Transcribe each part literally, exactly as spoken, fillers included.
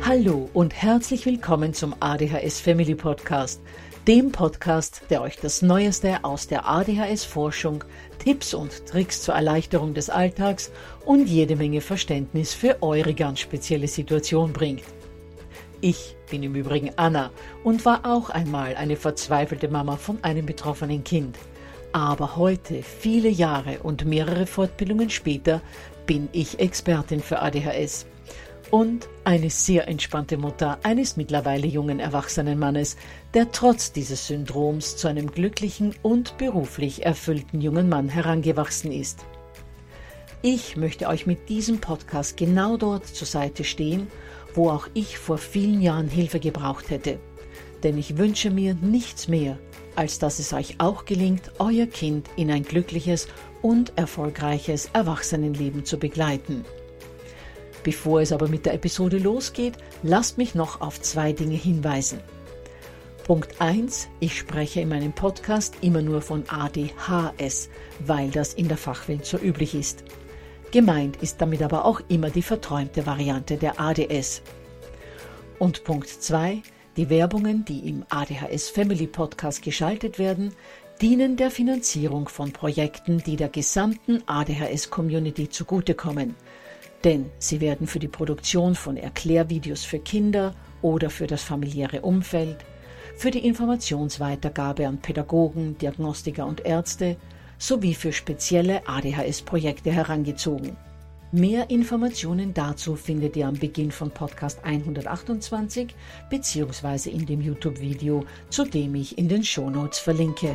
Hallo und herzlich willkommen zum A D H S Family Podcast, dem Podcast, der euch das Neueste aus der A D H S-Forschung, Tipps und Tricks zur Erleichterung des Alltags und jede Menge Verständnis für eure ganz spezielle Situation bringt. Ich bin im Übrigen Anna und war auch einmal eine verzweifelte Mama von einem betroffenen Kind. Aber heute, viele Jahre und mehrere Fortbildungen später, bin ich Expertin für A D H S. Und eine sehr entspannte Mutter eines mittlerweile jungen erwachsenen Mannes, der trotz dieses Syndroms zu einem glücklichen und beruflich erfüllten jungen Mann herangewachsen ist. Ich möchte euch mit diesem Podcast genau dort zur Seite stehen, wo auch ich vor vielen Jahren Hilfe gebraucht hätte. Denn ich wünsche mir nichts mehr, als dass es euch auch gelingt, euer Kind in ein glückliches und erfolgreiches Erwachsenenleben zu begleiten. Bevor es aber mit der Episode losgeht, lasst mich noch auf zwei Dinge hinweisen. Punkt eins. Ich spreche in meinem Podcast immer nur von A D H S, weil das in der Fachwelt so üblich ist. Gemeint ist damit aber auch immer die verträumte Variante der A D S. Und Punkt zwei. Die Werbungen, die im A D H S Family Podcast geschaltet werden, dienen der Finanzierung von Projekten, die der gesamten A D H S-Community zugutekommen. Denn sie werden für die Produktion von Erklärvideos für Kinder oder für das familiäre Umfeld, für die Informationsweitergabe an Pädagogen, Diagnostiker und Ärzte sowie für spezielle A D H S-Projekte herangezogen. Mehr Informationen dazu findet ihr am Beginn von Podcast hundertachtundzwanzig bzw. in dem YouTube-Video, zu dem ich in den Shownotes verlinke.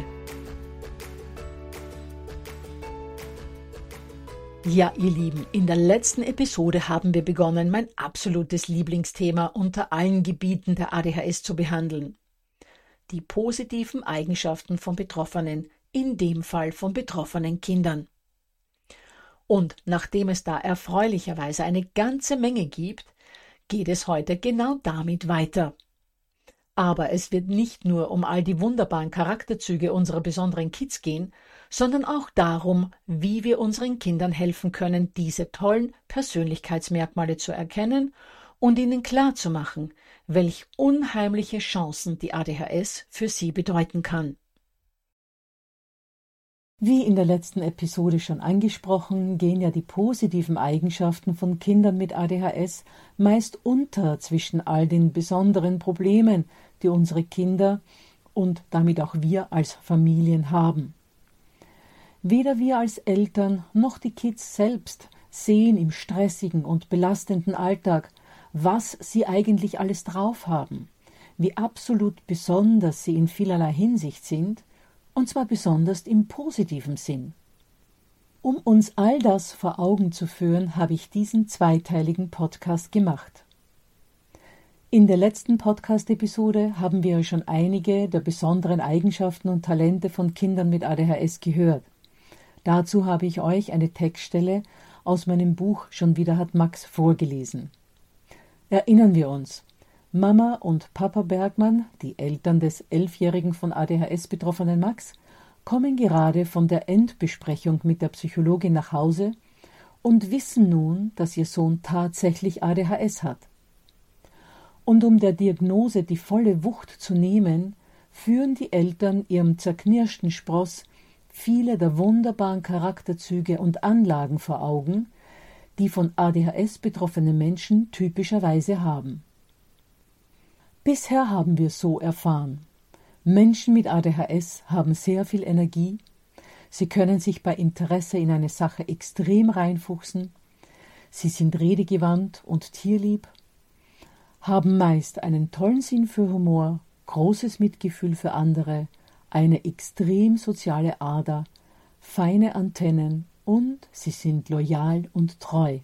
Ja, ihr Lieben, in der letzten Episode haben wir begonnen, mein absolutes Lieblingsthema unter allen Gebieten der A D H S zu behandeln. Die positiven Eigenschaften von Betroffenen, in dem Fall von betroffenen Kindern. Und nachdem es da erfreulicherweise eine ganze Menge gibt, geht es heute genau damit weiter. Aber es wird nicht nur um all die wunderbaren Charakterzüge unserer besonderen Kids gehen, sondern auch darum, wie wir unseren Kindern helfen können, diese tollen Persönlichkeitsmerkmale zu erkennen und ihnen klarzumachen, welch unheimliche Chancen die A D H S für sie bedeuten kann. Wie in der letzten Episode schon angesprochen, gehen ja die positiven Eigenschaften von Kindern mit A D H S meist unter zwischen all den besonderen Problemen, die unsere Kinder und damit auch wir als Familien haben. Weder wir als Eltern noch die Kids selbst sehen im stressigen und belastenden Alltag, was sie eigentlich alles drauf haben, wie absolut besonders sie in vielerlei Hinsicht sind, und zwar besonders im positiven Sinn. Um uns all das vor Augen zu führen, habe ich diesen zweiteiligen Podcast gemacht. In der letzten Podcast-Episode haben wir schon einige der besonderen Eigenschaften und Talente von Kindern mit A D H S gehört. Dazu habe ich euch eine Textstelle aus meinem Buch Schon wieder hat Max vorgelesen. Erinnern wir uns. Mama und Papa Bergmann, die Eltern des elfjährigen von A D H S betroffenen Max, kommen gerade von der Endbesprechung mit der Psychologin nach Hause und wissen nun, dass ihr Sohn tatsächlich A D H S hat. Und um der Diagnose die volle Wucht zu nehmen, führen die Eltern ihrem zerknirschten Spross viele der wunderbaren Charakterzüge und Anlagen vor Augen, die von A D H S betroffene Menschen typischerweise haben. Bisher haben wir so erfahren. Menschen mit A D H S haben sehr viel Energie, sie können sich bei Interesse in eine Sache extrem reinfuchsen, sie sind redegewandt und tierlieb, haben meist einen tollen Sinn für Humor, großes Mitgefühl für andere, eine extrem soziale Ader, feine Antennen und sie sind loyal und treu.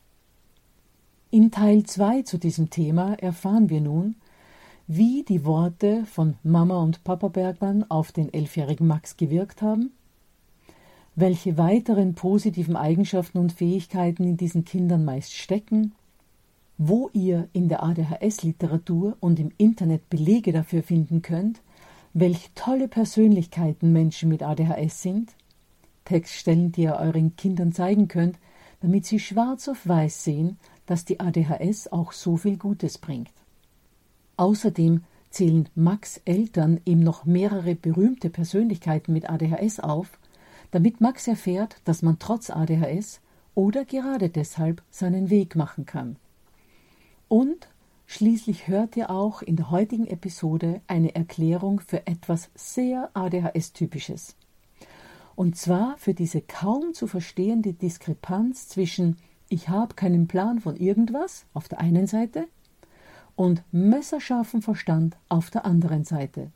In Teil zwei zu diesem Thema erfahren wir nun, wie die Worte von Mama und Papa Bergmann auf den elfjährigen Max gewirkt haben, welche weiteren positiven Eigenschaften und Fähigkeiten in diesen Kindern meist stecken, wo ihr in der A D H S-Literatur und im Internet Belege dafür finden könnt, welch tolle Persönlichkeiten Menschen mit A D H S sind, Textstellen, die ihr euren Kindern zeigen könnt, damit sie schwarz auf weiß sehen, dass die A D H S auch so viel Gutes bringt. Außerdem zählen Max' Eltern ihm noch mehrere berühmte Persönlichkeiten mit A D H S auf, damit Max erfährt, dass man trotz A D H S oder gerade deshalb seinen Weg machen kann. Und schließlich hört ihr auch in der heutigen Episode eine Erklärung für etwas sehr A D H S-Typisches. Und zwar für diese kaum zu verstehende Diskrepanz zwischen ich habe keinen Plan von irgendwas auf der einen Seite und messerscharfen Verstand auf der anderen Seite.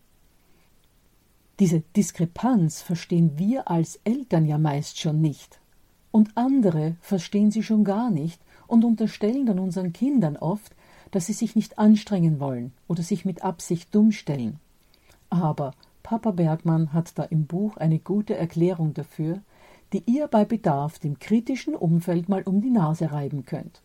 Diese Diskrepanz verstehen wir als Eltern ja meist schon nicht. Und andere verstehen sie schon gar nicht und unterstellen dann unseren Kindern oft, dass sie sich nicht anstrengen wollen oder sich mit Absicht dumm stellen. Aber Papa Bergmann hat da im Buch eine gute Erklärung dafür, die ihr bei Bedarf dem kritischen Umfeld mal um die Nase reiben könnt.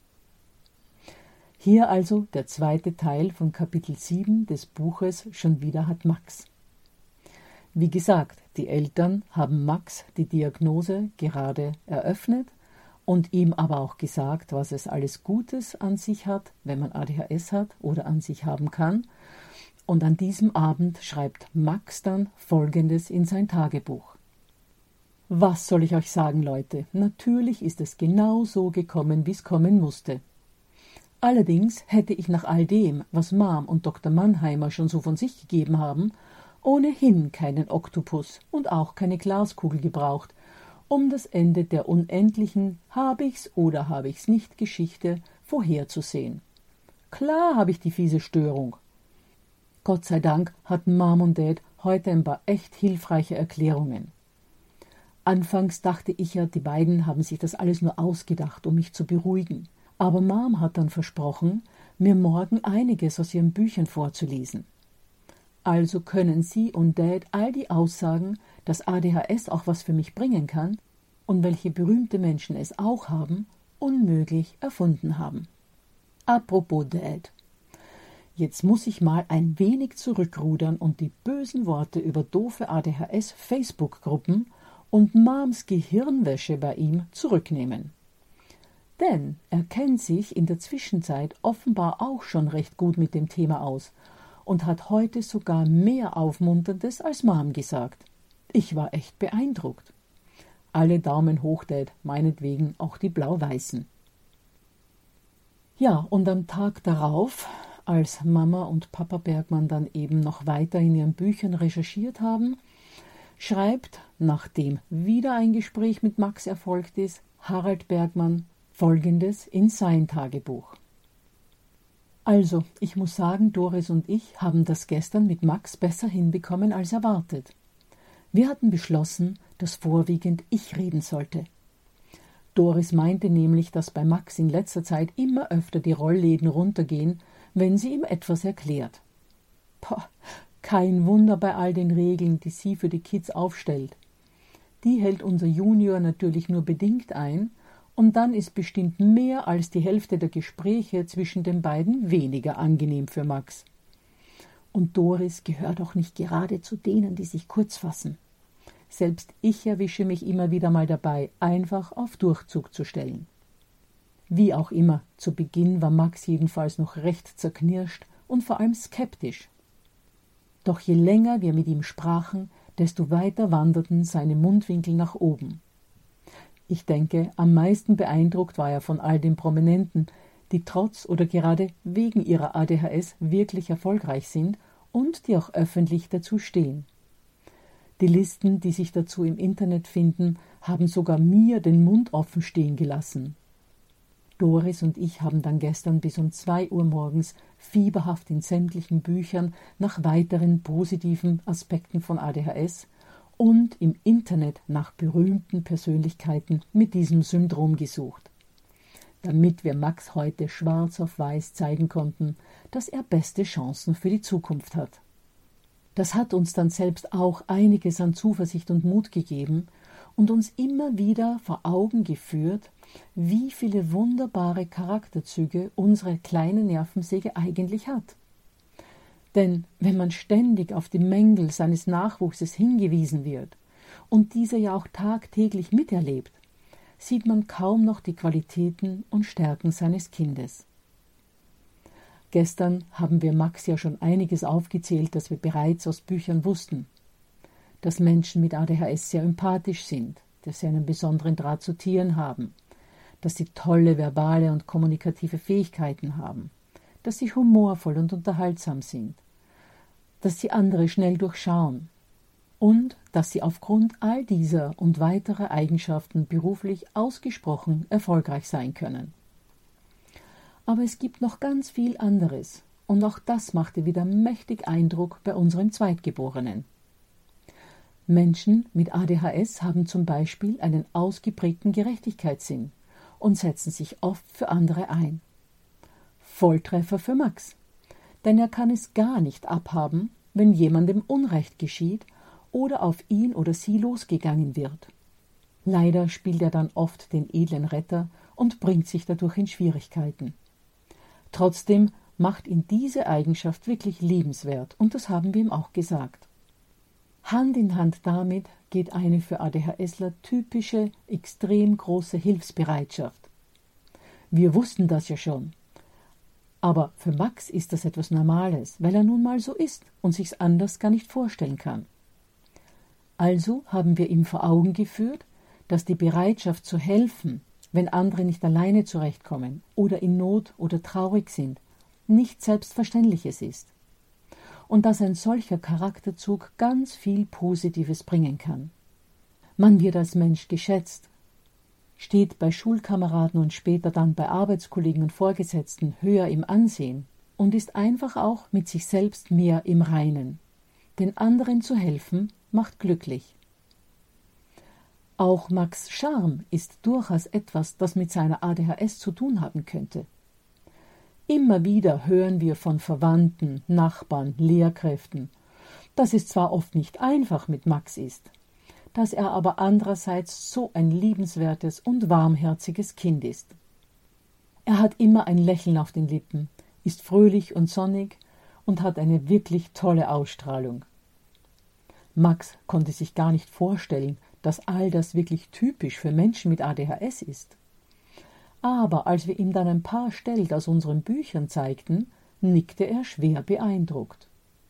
Hier also der zweite Teil von Kapitel sieben des Buches Schon wieder hat Max. Wie gesagt, die Eltern haben Max die Diagnose gerade eröffnet und ihm aber auch gesagt, was es alles Gutes an sich hat, wenn man A D H S hat oder an sich haben kann. Und an diesem Abend schreibt Max dann Folgendes in sein Tagebuch. Was soll ich euch sagen, Leute? Natürlich ist es genau so gekommen, wie es kommen musste. Allerdings hätte ich nach all dem, was Mom und Doktor Mannheimer schon so von sich gegeben haben, ohnehin keinen Oktopus und auch keine Glaskugel gebraucht, um das Ende der unendlichen habe ich's oder habe ich's nicht Geschichte vorherzusehen. Klar habe ich die fiese Störung. Gott sei Dank hatten Mom und Dad heute ein paar echt hilfreiche Erklärungen. Anfangs dachte ich ja, die beiden haben sich das alles nur ausgedacht, um mich zu beruhigen. Aber Mom hat dann versprochen, mir morgen einiges aus ihren Büchern vorzulesen. Also können sie und Dad all die Aussagen, dass A D H S auch was für mich bringen kann und welche berühmte Menschen es auch haben, unmöglich erfunden haben. Apropos Dad. Jetzt muss ich mal ein wenig zurückrudern und die bösen Worte über doofe A D H S-Facebook-Gruppen und Moms Gehirnwäsche bei ihm zurücknehmen. Denn er kennt sich in der Zwischenzeit offenbar auch schon recht gut mit dem Thema aus und hat heute sogar mehr Aufmunterndes als Mom gesagt. Ich war echt beeindruckt. Alle Daumen hoch, Dad, meinetwegen auch die Blau-Weißen. Ja, und am Tag darauf, als Mama und Papa Bergmann dann eben noch weiter in ihren Büchern recherchiert haben, schreibt, nachdem wieder ein Gespräch mit Max erfolgt ist, Harald Bergmann Folgendes in sein Tagebuch. Also, ich muss sagen, Doris und ich haben das gestern mit Max besser hinbekommen als erwartet. Wir hatten beschlossen, dass vorwiegend ich reden sollte. Doris meinte nämlich, dass bei Max in letzter Zeit immer öfter die Rollläden runtergehen, wenn sie ihm etwas erklärt. Poh, kein Wunder bei all den Regeln, die sie für die Kids aufstellt. Die hält unser Junior natürlich nur bedingt ein, und dann ist bestimmt mehr als die Hälfte der Gespräche zwischen den beiden weniger angenehm für Max. Und Doris gehört auch nicht gerade zu denen, die sich kurz fassen. Selbst ich erwische mich immer wieder mal dabei, einfach auf Durchzug zu stellen. Wie auch immer, zu Beginn war Max jedenfalls noch recht zerknirscht und vor allem skeptisch. Doch je länger wir mit ihm sprachen, desto weiter wanderten seine Mundwinkel nach oben. Ich denke, am meisten beeindruckt war er von all den Prominenten, die trotz oder gerade wegen ihrer A D H S wirklich erfolgreich sind und die auch öffentlich dazu stehen. Die Listen, die sich dazu im Internet finden, haben sogar mir den Mund offen stehen gelassen. Doris und ich haben dann gestern bis um zwei Uhr morgens fieberhaft in sämtlichen Büchern nach weiteren positiven Aspekten von A D H S und im Internet nach berühmten Persönlichkeiten mit diesem Syndrom gesucht, damit wir Max heute schwarz auf weiß zeigen konnten, dass er beste Chancen für die Zukunft hat. Das hat uns dann selbst auch einiges an Zuversicht und Mut gegeben und uns immer wieder vor Augen geführt, wie viele wunderbare Charakterzüge unsere kleine Nervensäge eigentlich hat. Denn wenn man ständig auf die Mängel seines Nachwuchses hingewiesen wird und dieser ja auch tagtäglich miterlebt, sieht man kaum noch die Qualitäten und Stärken seines Kindes. Gestern haben wir Max ja schon einiges aufgezählt, das wir bereits aus Büchern wussten. Dass Menschen mit A D H S sehr empathisch sind, dass sie einen besonderen Draht zu Tieren haben, dass sie tolle verbale und kommunikative Fähigkeiten haben, dass sie humorvoll und unterhaltsam sind, dass sie andere schnell durchschauen und dass sie aufgrund all dieser und weiterer Eigenschaften beruflich ausgesprochen erfolgreich sein können. Aber es gibt noch ganz viel anderes, und auch das machte wieder mächtig Eindruck bei unserem Zweitgeborenen. Menschen mit A D H S haben zum Beispiel einen ausgeprägten Gerechtigkeitssinn und setzen sich oft für andere ein. Volltreffer für Max, denn er kann es gar nicht abhaben, wenn jemandem Unrecht geschieht oder auf ihn oder sie losgegangen wird. Leider spielt er dann oft den edlen Retter und bringt sich dadurch in Schwierigkeiten. Trotzdem macht ihn diese Eigenschaft wirklich liebenswert, und das haben wir ihm auch gesagt. Hand in Hand damit geht eine für ADHSler typische, extrem große Hilfsbereitschaft. Wir wussten das ja schon. Aber für Max ist das etwas Normales, weil er nun mal so ist und sich's anders gar nicht vorstellen kann. Also haben wir ihm vor Augen geführt, dass die Bereitschaft zu helfen, wenn andere nicht alleine zurechtkommen oder in Not oder traurig sind, nichts Selbstverständliches ist. Und dass ein solcher Charakterzug ganz viel Positives bringen kann. Man wird als Mensch geschätzt, steht bei Schulkameraden und später dann bei Arbeitskollegen und Vorgesetzten höher im Ansehen und ist einfach auch mit sich selbst mehr im Reinen. Den anderen zu helfen, macht glücklich. Auch Max' Charme ist durchaus etwas, das mit seiner A D H S zu tun haben könnte. Immer wieder hören wir von Verwandten, Nachbarn, Lehrkräften, dass es zwar oft nicht einfach mit Max ist, dass er aber andererseits so ein liebenswertes und warmherziges Kind ist. Er hat immer ein Lächeln auf den Lippen, ist fröhlich und sonnig und hat eine wirklich tolle Ausstrahlung. Max konnte sich gar nicht vorstellen, dass all das wirklich typisch für Menschen mit A D H S ist. Aber als wir ihm dann ein paar Stellen aus unseren Büchern zeigten, nickte er schwer beeindruckt.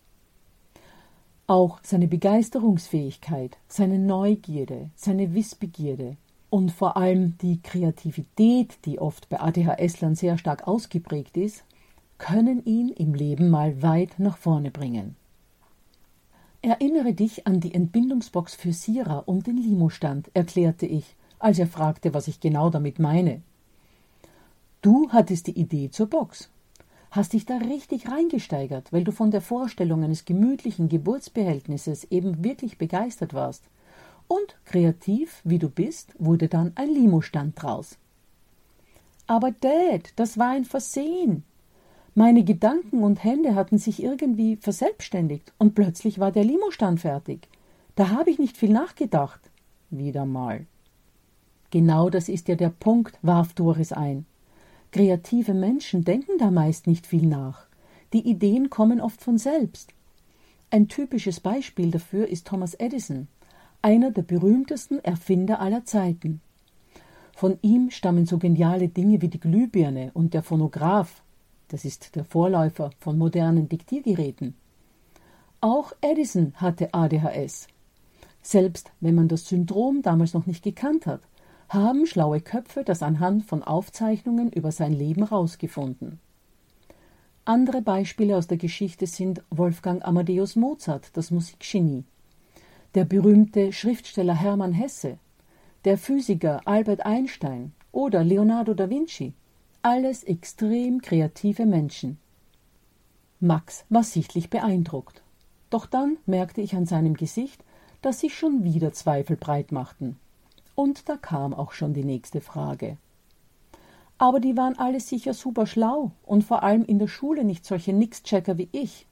Auch seine Begeisterungsfähigkeit, seine Neugierde, seine Wissbegierde und vor allem die Kreativität, die oft bei ADHSlern sehr stark ausgeprägt ist, können ihn im Leben mal weit nach vorne bringen. Erinnere dich an die Entbindungsbox für Sira und den Limostand, erklärte ich, als er fragte, was ich genau damit meine. Du hattest die Idee zur Box, hast dich da richtig reingesteigert, weil du von der Vorstellung eines gemütlichen Geburtsbehältnisses eben wirklich begeistert warst. Und kreativ, wie du bist, wurde dann ein Limostand draus. Aber Dad, das war ein Versehen. Meine Gedanken und Hände hatten sich irgendwie verselbstständigt und plötzlich war der Limostand fertig. Da habe ich nicht viel nachgedacht. Wieder mal. Genau das ist ja der Punkt, warf Doris ein. Kreative Menschen denken da meist nicht viel nach. Die Ideen kommen oft von selbst. Ein typisches Beispiel dafür ist Thomas Edison, einer der berühmtesten Erfinder aller Zeiten. Von ihm stammen so geniale Dinge wie die Glühbirne und der Phonograph. Das ist der Vorläufer von modernen Diktiergeräten. Auch Edison hatte A D H S. Selbst wenn man das Syndrom damals noch nicht gekannt hat, haben schlaue Köpfe das anhand von Aufzeichnungen über sein Leben herausgefunden. Andere Beispiele aus der Geschichte sind Wolfgang Amadeus Mozart, das Musikgenie, der berühmte Schriftsteller Hermann Hesse, der Physiker Albert Einstein oder Leonardo da Vinci. Alles extrem kreative Menschen. Max war sichtlich beeindruckt. Doch dann merkte ich an seinem Gesicht, dass sich schon wieder Zweifel breit machten. Und da kam auch schon die nächste Frage. Aber die waren alle sicher super schlau und vor allem in der Schule nicht solche Nix-Checker wie ich.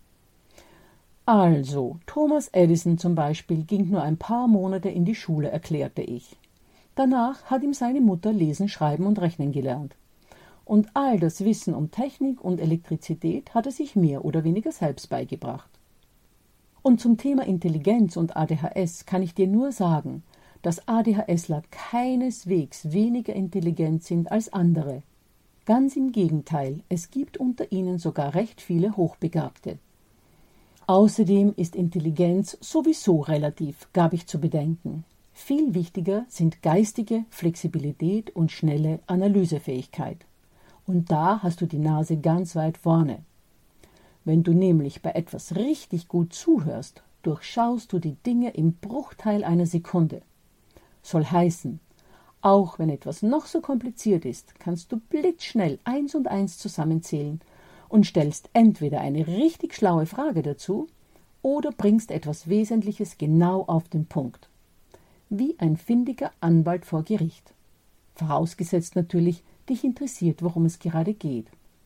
Also, Thomas Edison zum Beispiel ging nur ein paar Monate in die Schule, erklärte ich. Danach hat ihm seine Mutter lesen, schreiben und rechnen gelernt. Und all das Wissen um Technik und Elektrizität hat er sich mehr oder weniger selbst beigebracht. Und zum Thema Intelligenz und A D H S kann ich dir nur sagen, dass ADHSler keineswegs weniger intelligent sind als andere. Ganz im Gegenteil, es gibt unter ihnen sogar recht viele Hochbegabte. Außerdem ist Intelligenz sowieso relativ, gab ich zu bedenken. Viel wichtiger sind geistige Flexibilität und schnelle Analysefähigkeit. Und da hast du die Nase ganz weit vorne. Wenn du nämlich bei etwas richtig gut zuhörst, durchschaust du die Dinge im Bruchteil einer Sekunde. Soll heißen, auch wenn etwas noch so kompliziert ist, kannst du blitzschnell eins und eins zusammenzählen und stellst entweder eine richtig schlaue Frage dazu oder bringst etwas Wesentliches genau auf den Punkt. Wie ein findiger Anwalt vor Gericht. Vorausgesetzt natürlich, dich interessiert, worum es gerade geht.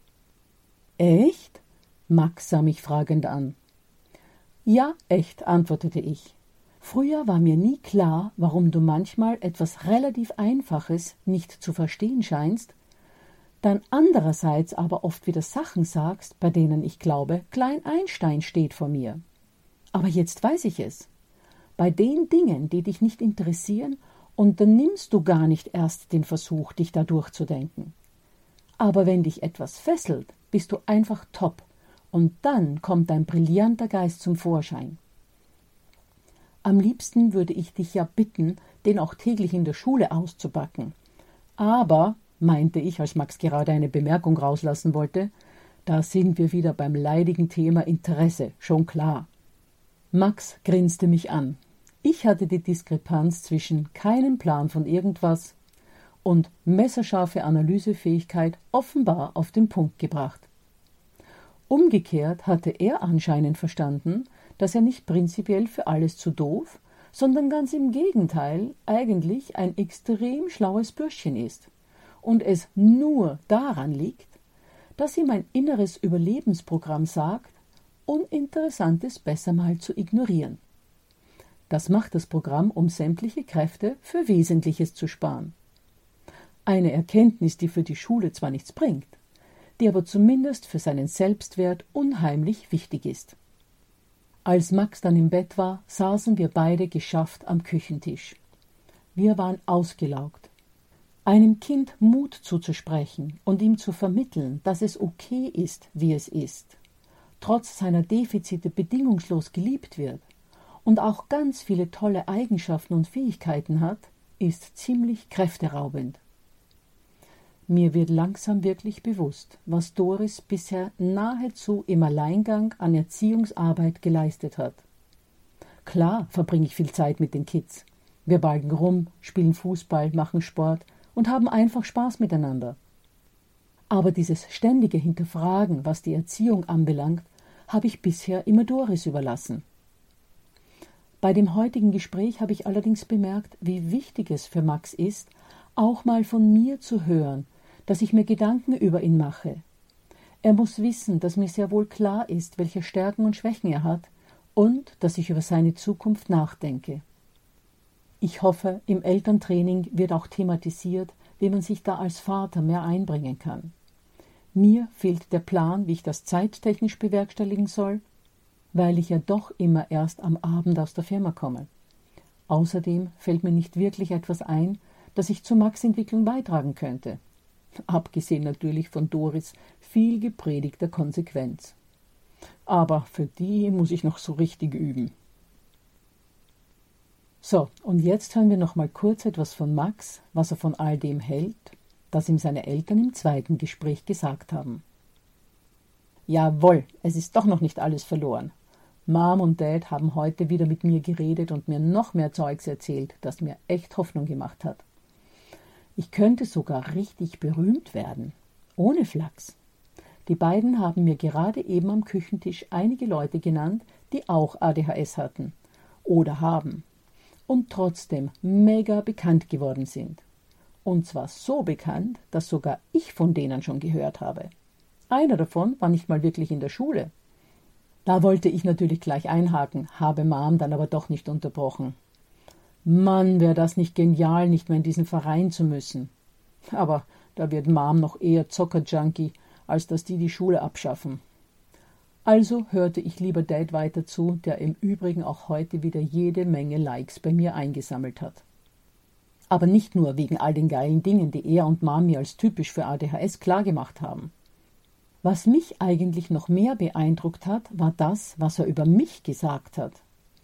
Echt? Max sah mich fragend an. Ja, echt, antwortete ich. Früher war mir nie klar, warum du manchmal etwas relativ Einfaches nicht zu verstehen scheinst, dann andererseits aber oft wieder Sachen sagst, bei denen ich glaube, Klein Einstein steht vor mir. Aber jetzt weiß ich es. Bei den Dingen, die dich nicht interessieren, unternimmst du gar nicht erst den Versuch, dich da durchzudenken. Aber wenn dich etwas fesselt, bist du einfach top, und dann kommt dein brillanter Geist zum Vorschein. Am liebsten würde ich dich ja bitten, den auch täglich in der Schule auszupacken. Aber, meinte ich, als Max gerade eine Bemerkung rauslassen wollte, da sind wir wieder beim leidigen Thema Interesse, schon klar. Max grinste mich an. Ich hatte die Diskrepanz zwischen keinem Plan von irgendwas und messerscharfe Analysefähigkeit offenbar auf den Punkt gebracht. Umgekehrt hatte er anscheinend verstanden, dass er nicht prinzipiell für alles zu doof, sondern ganz im Gegenteil eigentlich ein extrem schlaues Bürschchen ist und es nur daran liegt, dass ihm ein inneres Überlebensprogramm sagt, Uninteressantes besser mal zu ignorieren. Das macht das Programm, um sämtliche Kräfte für Wesentliches zu sparen. Eine Erkenntnis, die für die Schule zwar nichts bringt, die aber zumindest für seinen Selbstwert unheimlich wichtig ist. Als Max dann im Bett war, saßen wir beide geschafft am Küchentisch. Wir waren ausgelaugt. Einem Kind Mut zuzusprechen und ihm zu vermitteln, dass es okay ist, wie es ist, trotz seiner Defizite bedingungslos geliebt wird und auch ganz viele tolle Eigenschaften und Fähigkeiten hat, ist ziemlich kräfteraubend. Mir wird langsam wirklich bewusst, was Doris bisher nahezu im Alleingang an Erziehungsarbeit geleistet hat. Klar verbringe ich viel Zeit mit den Kids. Wir balgen rum, spielen Fußball, machen Sport und haben einfach Spaß miteinander. Aber dieses ständige Hinterfragen, was die Erziehung anbelangt, habe ich bisher immer Doris überlassen. Bei dem heutigen Gespräch habe ich allerdings bemerkt, wie wichtig es für Max ist, auch mal von mir zu hören, dass ich mir Gedanken über ihn mache. Er muss wissen, dass mir sehr wohl klar ist, welche Stärken und Schwächen er hat und dass ich über seine Zukunft nachdenke. Ich hoffe, im Elterntraining wird auch thematisiert, wie man sich da als Vater mehr einbringen kann. Mir fehlt der Plan, wie ich das zeittechnisch bewerkstelligen soll, weil ich ja doch immer erst am Abend aus der Firma komme. Außerdem fällt mir nicht wirklich etwas ein, das ich zur Max-Entwicklung beitragen könnte. Abgesehen natürlich von Doris viel gepredigter Konsequenz. Aber für die muss ich noch so richtig üben. So, und jetzt hören wir noch mal kurz etwas von Max, was er von all dem hält, das ihm seine Eltern im zweiten Gespräch gesagt haben. Jawohl, es ist doch noch nicht alles verloren. Mom und Dad haben heute wieder mit mir geredet und mir noch mehr Zeugs erzählt, das mir echt Hoffnung gemacht hat. Ich könnte sogar richtig berühmt werden, ohne Flachs. Die beiden haben mir gerade eben am Küchentisch einige Leute genannt, die auch A D H S hatten oder haben und trotzdem mega bekannt geworden sind. Und zwar so bekannt, dass sogar ich von denen schon gehört habe. Einer davon war nicht mal wirklich in der Schule. Da wollte ich natürlich gleich einhaken, habe Mom dann aber doch nicht unterbrochen. Mann, wäre das nicht genial, nicht mehr in diesen Verein zu müssen. Aber da wird Mom noch eher Zocker-Junkie, als dass die die Schule abschaffen. Also hörte ich lieber Dad weiter zu, der im Übrigen auch heute wieder jede Menge Likes bei mir eingesammelt hat. Aber nicht nur wegen all den geilen Dingen, die er und Mom mir als typisch für A D H S klargemacht haben. Was mich eigentlich noch mehr beeindruckt hat, war das, was er über mich gesagt hat.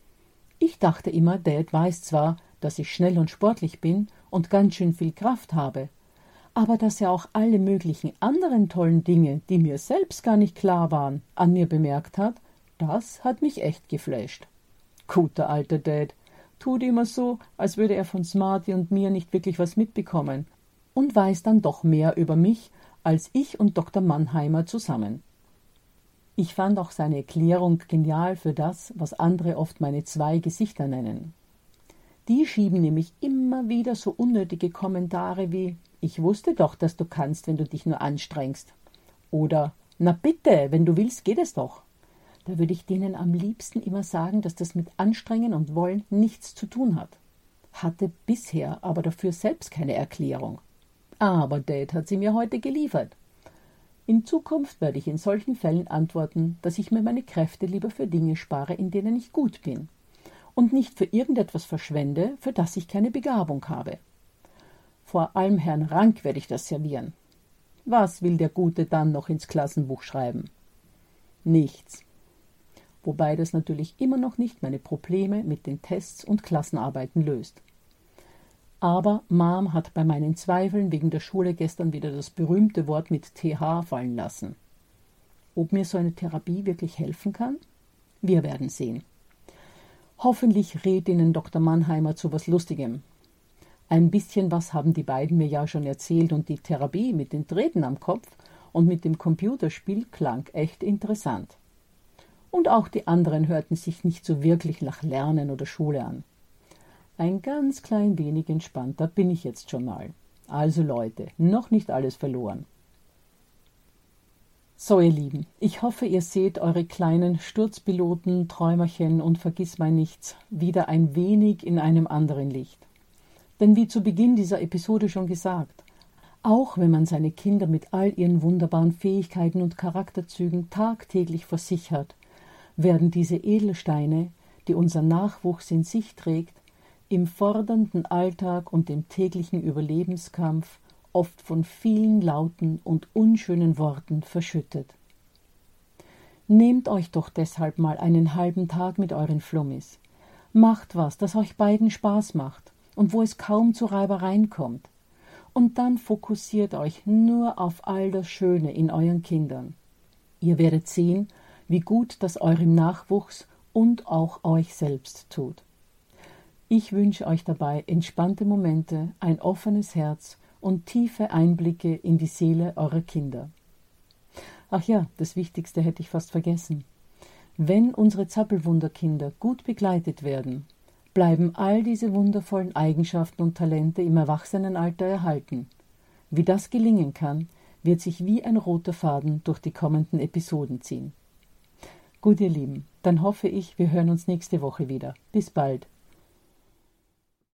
Ich dachte immer, Dad weiß zwar, dass ich schnell und sportlich bin und ganz schön viel Kraft habe, aber dass er auch alle möglichen anderen tollen Dinge, die mir selbst gar nicht klar waren, an mir bemerkt hat, das hat mich echt geflasht. Guter alter Dad, tut immer so, als würde er von Smarty und mir nicht wirklich was mitbekommen und weiß dann doch mehr über mich als ich und Doktor Mannheimer zusammen. Ich fand auch seine Erklärung genial für das, was andere oft meine zwei Gesichter nennen. Die schieben nämlich immer wieder so unnötige Kommentare wie »Ich wusste doch, dass du kannst, wenn du dich nur anstrengst« oder »Na bitte, wenn du willst, geht es doch«. Da würde ich denen am liebsten immer sagen, dass das mit Anstrengen und Wollen nichts zu tun hat. Hatte bisher aber dafür selbst keine Erklärung. Aber Dad hat sie mir heute geliefert. In Zukunft werde ich in solchen Fällen antworten, dass ich mir meine Kräfte lieber für Dinge spare, in denen ich gut bin und nicht für irgendetwas verschwende, für das ich keine Begabung habe. Vor allem Herrn Rank werde ich das servieren. Was will der Gute dann noch ins Klassenbuch schreiben? Nichts. Wobei das natürlich immer noch nicht meine Probleme mit den Tests und Klassenarbeiten löst. Aber Mom hat bei meinen Zweifeln wegen der Schule gestern wieder das berühmte Wort mit T H fallen lassen. Ob mir so eine Therapie wirklich helfen kann? Wir werden sehen. Hoffentlich rät Ihnen Doktor Mannheimer zu was Lustigem. Ein bisschen was haben die beiden mir ja schon erzählt und die Therapie mit den Drähten am Kopf und mit dem Computerspiel klang echt interessant. Und auch die anderen hörten sich nicht so wirklich nach Lernen oder Schule an. Ein ganz klein wenig entspannter bin ich jetzt schon mal. Also Leute, noch nicht alles verloren. So ihr Lieben, ich hoffe, ihr seht eure kleinen Sturzpiloten, Träumerchen und Vergissmeinnichts wieder ein wenig in einem anderen Licht. Denn wie zu Beginn dieser Episode schon gesagt, auch wenn man seine Kinder mit all ihren wunderbaren Fähigkeiten und Charakterzügen tagtäglich vor sich hat, werden diese Edelsteine, die unser Nachwuchs in sich trägt, im fordernden Alltag und dem täglichen Überlebenskampf oft von vielen lauten und unschönen Worten verschüttet. Nehmt euch doch deshalb mal einen halben Tag mit euren Flummis. Macht was, das euch beiden Spaß macht und wo es kaum zu Reibereien kommt. Und dann fokussiert euch nur auf all das Schöne in euren Kindern. Ihr werdet sehen, wie gut das eurem Nachwuchs und auch euch selbst tut. Ich wünsche euch dabei entspannte Momente, ein offenes Herz und tiefe Einblicke in die Seele eurer Kinder. Ach ja, das Wichtigste hätte ich fast vergessen. Wenn unsere Zappelwunderkinder gut begleitet werden, bleiben all diese wundervollen Eigenschaften und Talente im Erwachsenenalter erhalten. Wie das gelingen kann, wird sich wie ein roter Faden durch die kommenden Episoden ziehen. Gut, ihr Lieben, dann hoffe ich, wir hören uns nächste Woche wieder. Bis bald.